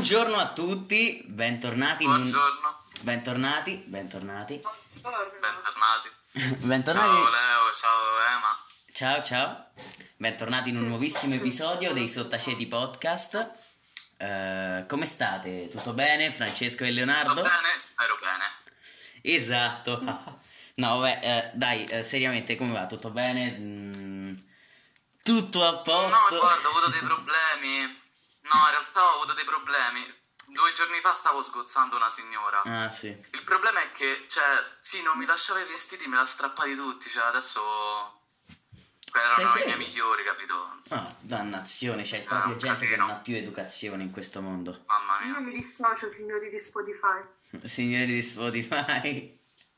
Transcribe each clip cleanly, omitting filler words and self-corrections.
Buongiorno a tutti, bentornati. Buongiorno. Bentornati. Bentornati. Bentornati. Ciao Leo, ciao Ema. Ciao. Bentornati in un nuovissimo episodio dei Sottaceti Podcast. Come state? Tutto bene? Francesco e Leonardo? Tutto bene? Spero bene. Esatto. No, vabbè, dai, seriamente, come va? Tutto bene? Tutto a posto? No, guarda, ho avuto dei problemi. No, in realtà ho avuto dei problemi. 2 giorni fa stavo sgozzando una signora. Ah, sì. Il problema è che, sì, non mi lasciava i vestiti, me l'ha strappati tutti, adesso... Erano i miei migliori, capito? Ah, dannazione, c'è proprio gente che non ha più educazione in questo mondo. Mamma mia. Io mi dissocio, signori di Spotify. Signori di Spotify.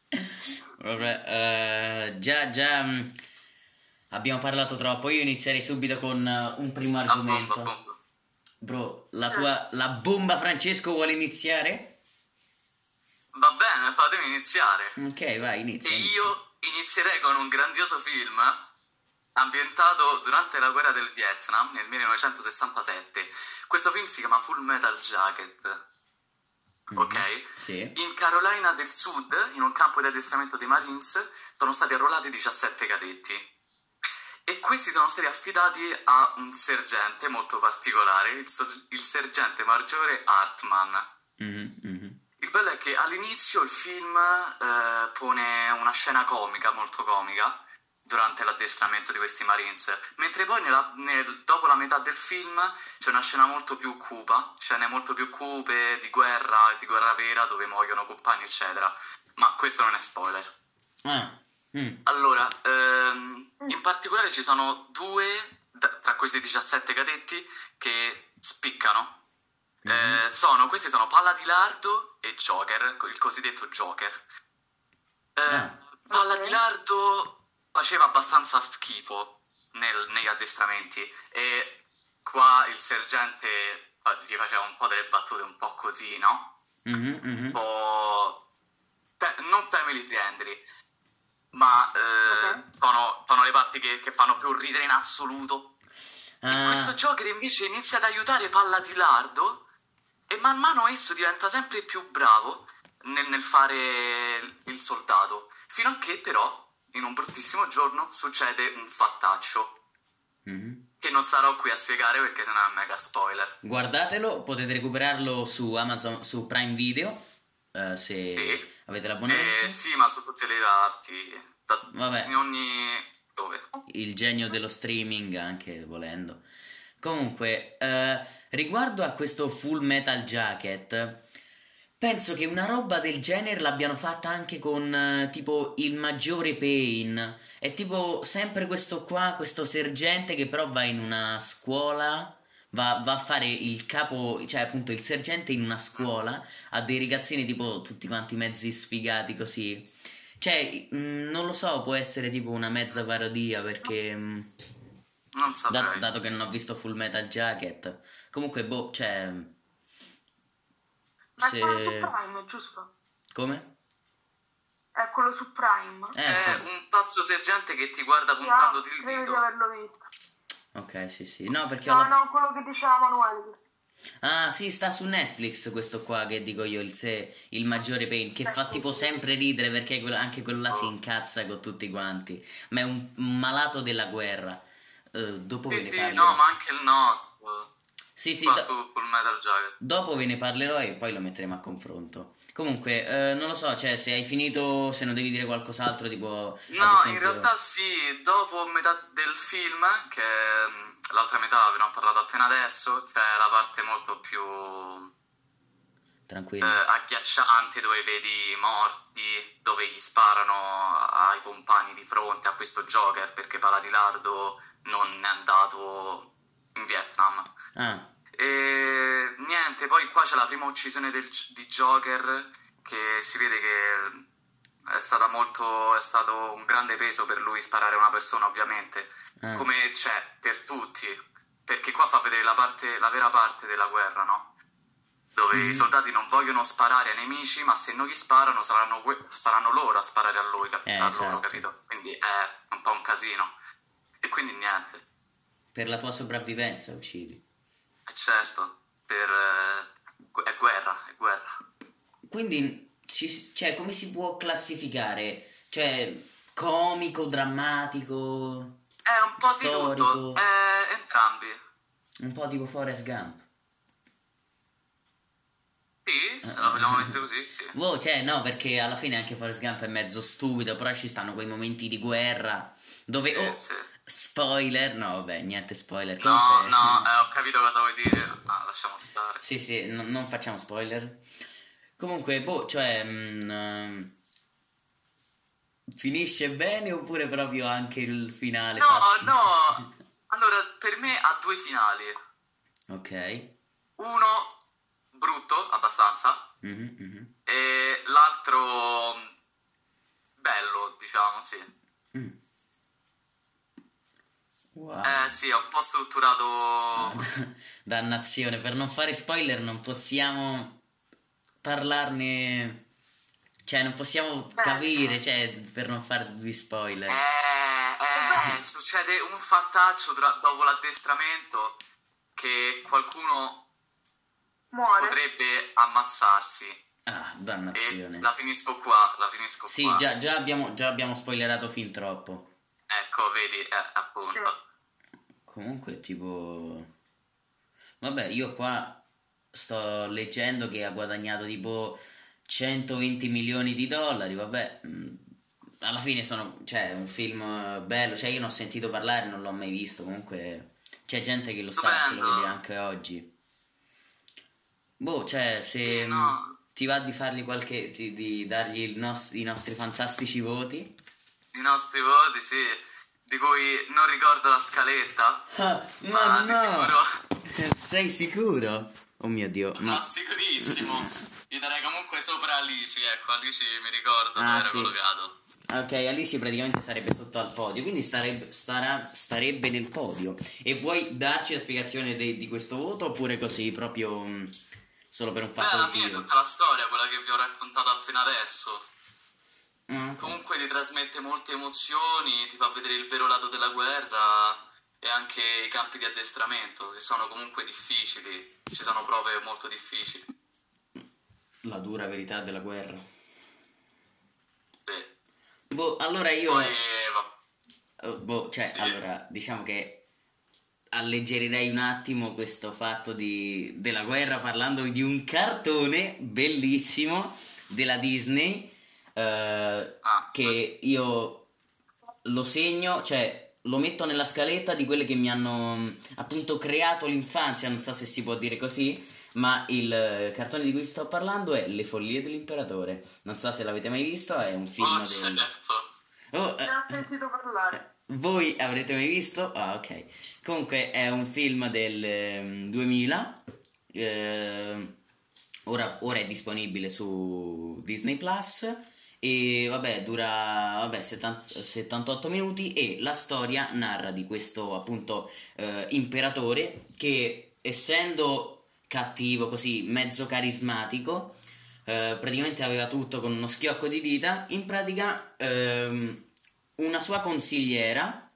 Vabbè, già abbiamo parlato troppo. Io inizierei subito con un primo argomento. Bomba. Bro, la bomba, Francesco, vuole iniziare? Va bene, fatemi iniziare. Ok, vai, inizia. E io inizierei con un grandioso film ambientato durante la guerra del Vietnam nel 1967. Questo film si chiama Full Metal Jacket. Ok? Sì. In Carolina del Sud, in un campo di addestramento dei Marines, sono stati arruolati 17 cadetti. E questi sono stati affidati a un sergente molto particolare, il sergente maggiore Hartman. Il bello è che all'inizio il film pone una scena comica, molto comica, durante l'addestramento di questi Marines, mentre poi dopo la metà del film c'è una scena molto più cupa, scene molto più cupe di guerra vera, dove muoiono compagni, eccetera. Ma questo non è spoiler. Allora, in particolare ci sono due, tra questi 17 cadetti, che spiccano. Questi sono Palla di Lardo e Joker, il cosiddetto Joker. Palla di Lardo faceva abbastanza schifo negli addestramenti e qua il sergente gli faceva un po' delle battute un po' così, no? Un po'... non family friendly, ma sono le parti che fanno più ridere in assoluto. E questo Joker invece inizia ad aiutare Palla di Lardo e man mano esso diventa sempre più bravo nel fare il soldato, fino a che però in un bruttissimo giorno succede un fattaccio che non starò qui a spiegare perché sennò è un mega spoiler. Guardatelo, potete recuperarlo su Amazon, su Prime Video, se avete l'abbonamento. Sì, ma su tutte le parti. Vabbè. In ogni... dove? Il genio dello streaming, anche volendo. Comunque, riguardo a questo Full Metal Jacket, penso che una roba del genere l'abbiano fatta anche con tipo il maggiore Payne. È tipo sempre questo sergente che però va in una scuola, va a fare il capo, cioè appunto il sergente in una scuola, ha dei ragazzini tipo tutti quanti mezzi sfigati così. Cioè, non lo so, può essere tipo una mezza parodia perché... non saprei. dato che non ho visto Full Metal Jacket. Comunque, cioè... Ma è quello su Prime, giusto? Come? È quello su Prime. È Sì. un pazzo sergente che ti guarda puntandoti il credo di dito. averlo visto. Ok, sì. No, perché No, quello che diceva Manuele. Ah, sì, sta su Netflix questo qua che dico io, il maggiore Payne, che fa tipo sempre ridere perché anche quello là si incazza con tutti quanti. Ma è un malato della guerra. Dopo ve ne parlerò. No, ma anche il nostro. Sì, su Full Metal Jacket. dopo ve ne parlerò e poi lo metteremo a confronto. Comunque, non lo so, cioè se hai finito, se non devi dire qualcos'altro, tipo... No, in realtà sì, dopo metà del film, che l'altra metà ve ne ho parlato appena adesso, c'è la parte molto più tranquilla, agghiacciante, dove vedi i morti, dove gli sparano ai compagni di fronte, a questo Joker, perché Palla di Lardo non è andato in Vietnam. E niente, poi qua c'è la prima uccisione di Joker, che si vede che è stato un grande peso per lui sparare a una persona, ovviamente, come c'è per tutti, perché qua fa vedere la vera parte della guerra, no? Dove i soldati non vogliono sparare ai nemici, ma se non gli sparano saranno loro a sparare a loro, esatto. capito? Quindi è un po' un casino. E quindi niente. Per la tua sopravvivenza uccidi. Certo, per È guerra, è guerra. Quindi, cioè, come si può classificare? Cioè, comico, drammatico, È un po' di tutto, storico, entrambi. un po' tipo Forrest Gump. Sì, se la vogliamo mettere così, sì. Boh, cioè, no, perché alla fine anche Forrest Gump è mezzo stupido, però ci stanno quei momenti di guerra dove, Sì, oh, sì. spoiler, no, vabbè, niente spoiler, No, comunque, no, ho capito cosa vuoi dire, ma lasciamo stare. sì, sì, non facciamo spoiler. Comunque, boh, cioè, finisce bene oppure proprio anche il finale No, fa schifo? no, allora, per me ha due finali. Ok. Uno brutto, abbastanza, Mhm, mhm. e l'altro bello, diciamo, sì. Mm. Wow. Sì, è un po' strutturato Ah, così. dannazione, per non fare spoiler non possiamo parlarne, cioè non possiamo Bene. capire, cioè per non farvi spoiler. Succede un fattaccio dopo l'addestramento che qualcuno Muore. potrebbe ammazzarsi. Ah, E dannazione. la finisco qua, la finisco Sì, qua. già abbiamo spoilerato fin troppo. Ecco, vedi, Sì. appunto. Comunque, tipo, vabbè, io qua sto leggendo che ha guadagnato tipo 120 milioni di dollari, vabbè, alla fine sono, cioè, un film bello, cioè io ne ho sentito parlare, non l'ho mai visto, comunque c'è gente che lo Stupendo. vede anche oggi. Boh, cioè, Sì, se no, ti va di fargli di dargli i nostri fantastici voti. i nostri voti, sì, di cui non ricordo la scaletta, Ah, ma ma di no! sicuro, Sei sicuro? Oh mio Dio, ma ma... sicurissimo. Gli darei comunque sopra Alici, ecco, Alici mi ricordo dove Ah, era sì. collocato. Ok, Alice praticamente sarebbe sotto al podio, quindi starebbe nel podio. E vuoi darci la spiegazione di questo voto oppure così proprio solo per un Beh, fatto alla fine è visivo? tutta la storia, quella che vi ho raccontato appena adesso. Ah, ok. Comunque ti trasmette molte emozioni, ti fa vedere il vero lato della guerra e anche i campi di addestramento, che sono comunque difficili, ci sono prove molto difficili. La dura verità della guerra. Sì. Boh, allora io... Poi, boh, cioè, sì. allora, diciamo che alleggerirei un attimo questo fatto della guerra parlando di un cartone bellissimo della Disney che io lo segno, cioè lo metto nella scaletta di quelle che mi hanno appunto creato l'infanzia, non so se si può dire così, ma il cartone di cui sto parlando è Le follie dell'imperatore. Non so se l'avete mai visto, è un film Oh, del... certo. Oh, Ne ho sentito parlare. voi avrete mai visto? Ah, ok. Comunque è un film del 2000. Ora è disponibile su Disney Plus. E vabbè, dura 78 minuti. E la storia narra di questo appunto imperatore che, essendo cattivo, così mezzo carismatico, praticamente aveva tutto con uno schiocco di dita. In pratica, una sua consigliera,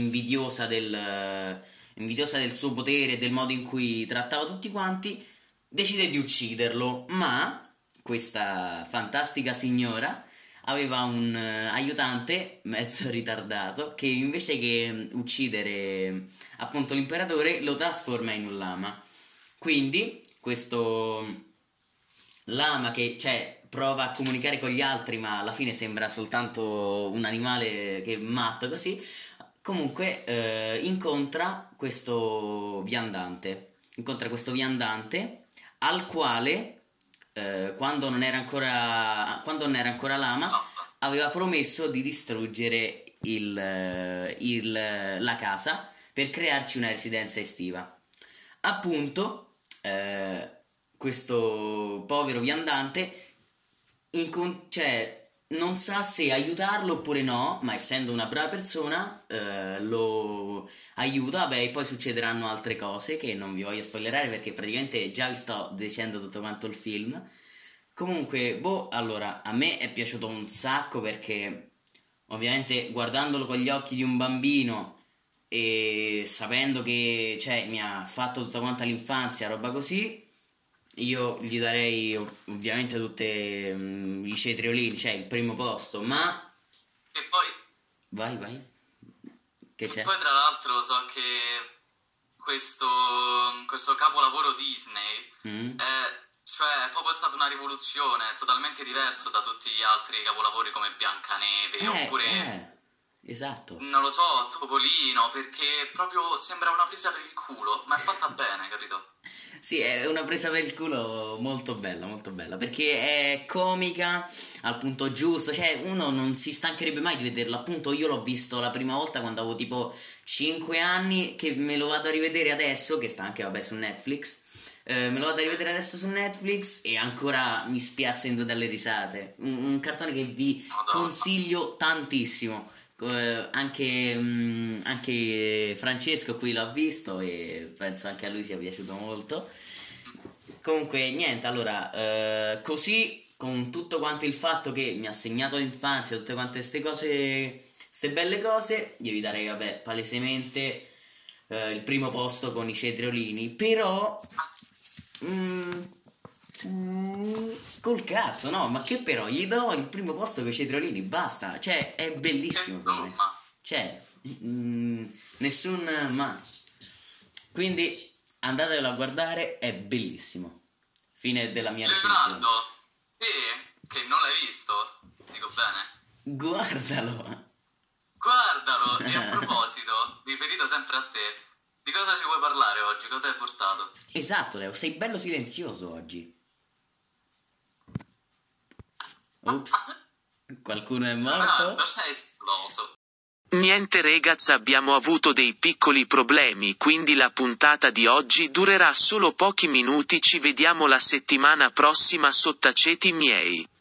invidiosa del suo potere e del modo in cui trattava tutti quanti, decide di ucciderlo. Ma questa fantastica signora aveva un aiutante mezzo ritardato che invece che uccidere appunto l'imperatore lo trasforma in un lama. Quindi questo lama che, cioè, prova a comunicare con gli altri, ma alla fine sembra soltanto un animale che è matto così. Comunque incontra questo viandante. Incontra questo viandante al quale, quando non era ancora lama, aveva promesso di distruggere la casa per crearci una residenza estiva. Appunto, questo povero viandante cioè, non sa se aiutarlo oppure no, ma essendo una brava persona lo aiuta. Vabbè, e poi succederanno altre cose che non vi voglio spoilerare perché praticamente già vi sto dicendo tutto quanto il film. Comunque, boh, allora, a me è piaciuto un sacco perché ovviamente guardandolo con gli occhi di un bambino e sapendo che, cioè, mi ha fatto tutta quanta l'infanzia, roba così, io gli darei ovviamente tutte i cetriolini, cioè il primo posto, ma... E poi, Vai. Che e c'è? poi tra l'altro so che questo capolavoro Disney Mm? cioè, è proprio stata una rivoluzione, è totalmente diverso da tutti gli altri capolavori come Biancaneve, oppure, Esatto. non lo so, Topolino, perché proprio sembra una presa per il culo, ma è fatta bene, capito? Sì, è una presa per il culo molto bella, perché è comica al punto giusto, cioè uno non si stancherebbe mai di vederlo, appunto io l'ho visto la prima volta quando avevo tipo 5 anni, che me lo vado a rivedere adesso, che sta anche vabbè su Netflix, me lo vado a rivedere adesso su Netflix e ancora mi spiazzendo dalle risate, un cartone che vi Madonna. consiglio tantissimo. Anche Francesco qui l'ha visto e penso anche a lui sia piaciuto molto. Comunque, niente, allora, così con tutto quanto il fatto che mi ha segnato l'infanzia, tutte quante queste cose, queste belle cose, io vi darei, vabbè, palesemente il primo posto con i cetriolini, però. Col cazzo, no, ma che però, gli do il primo posto con i cetriolini, basta, cioè, è bellissimo per me. Insomma, Cioè, nessun ma. Quindi andatelo a guardare, è bellissimo. Fine della mia recensione. Leonardo, te che non l'hai visto, dico bene, Guardalo. guardalo, e a proposito, riferito sempre a te, di cosa ci vuoi parlare oggi? Cosa hai portato? Esatto, Leo, sei bello silenzioso oggi. Ops, qualcuno è morto? Leonardo, è esploso. Niente ragazzi, abbiamo avuto dei piccoli problemi, quindi la puntata di oggi durerà solo pochi minuti, ci vediamo la settimana prossima sottaceti miei.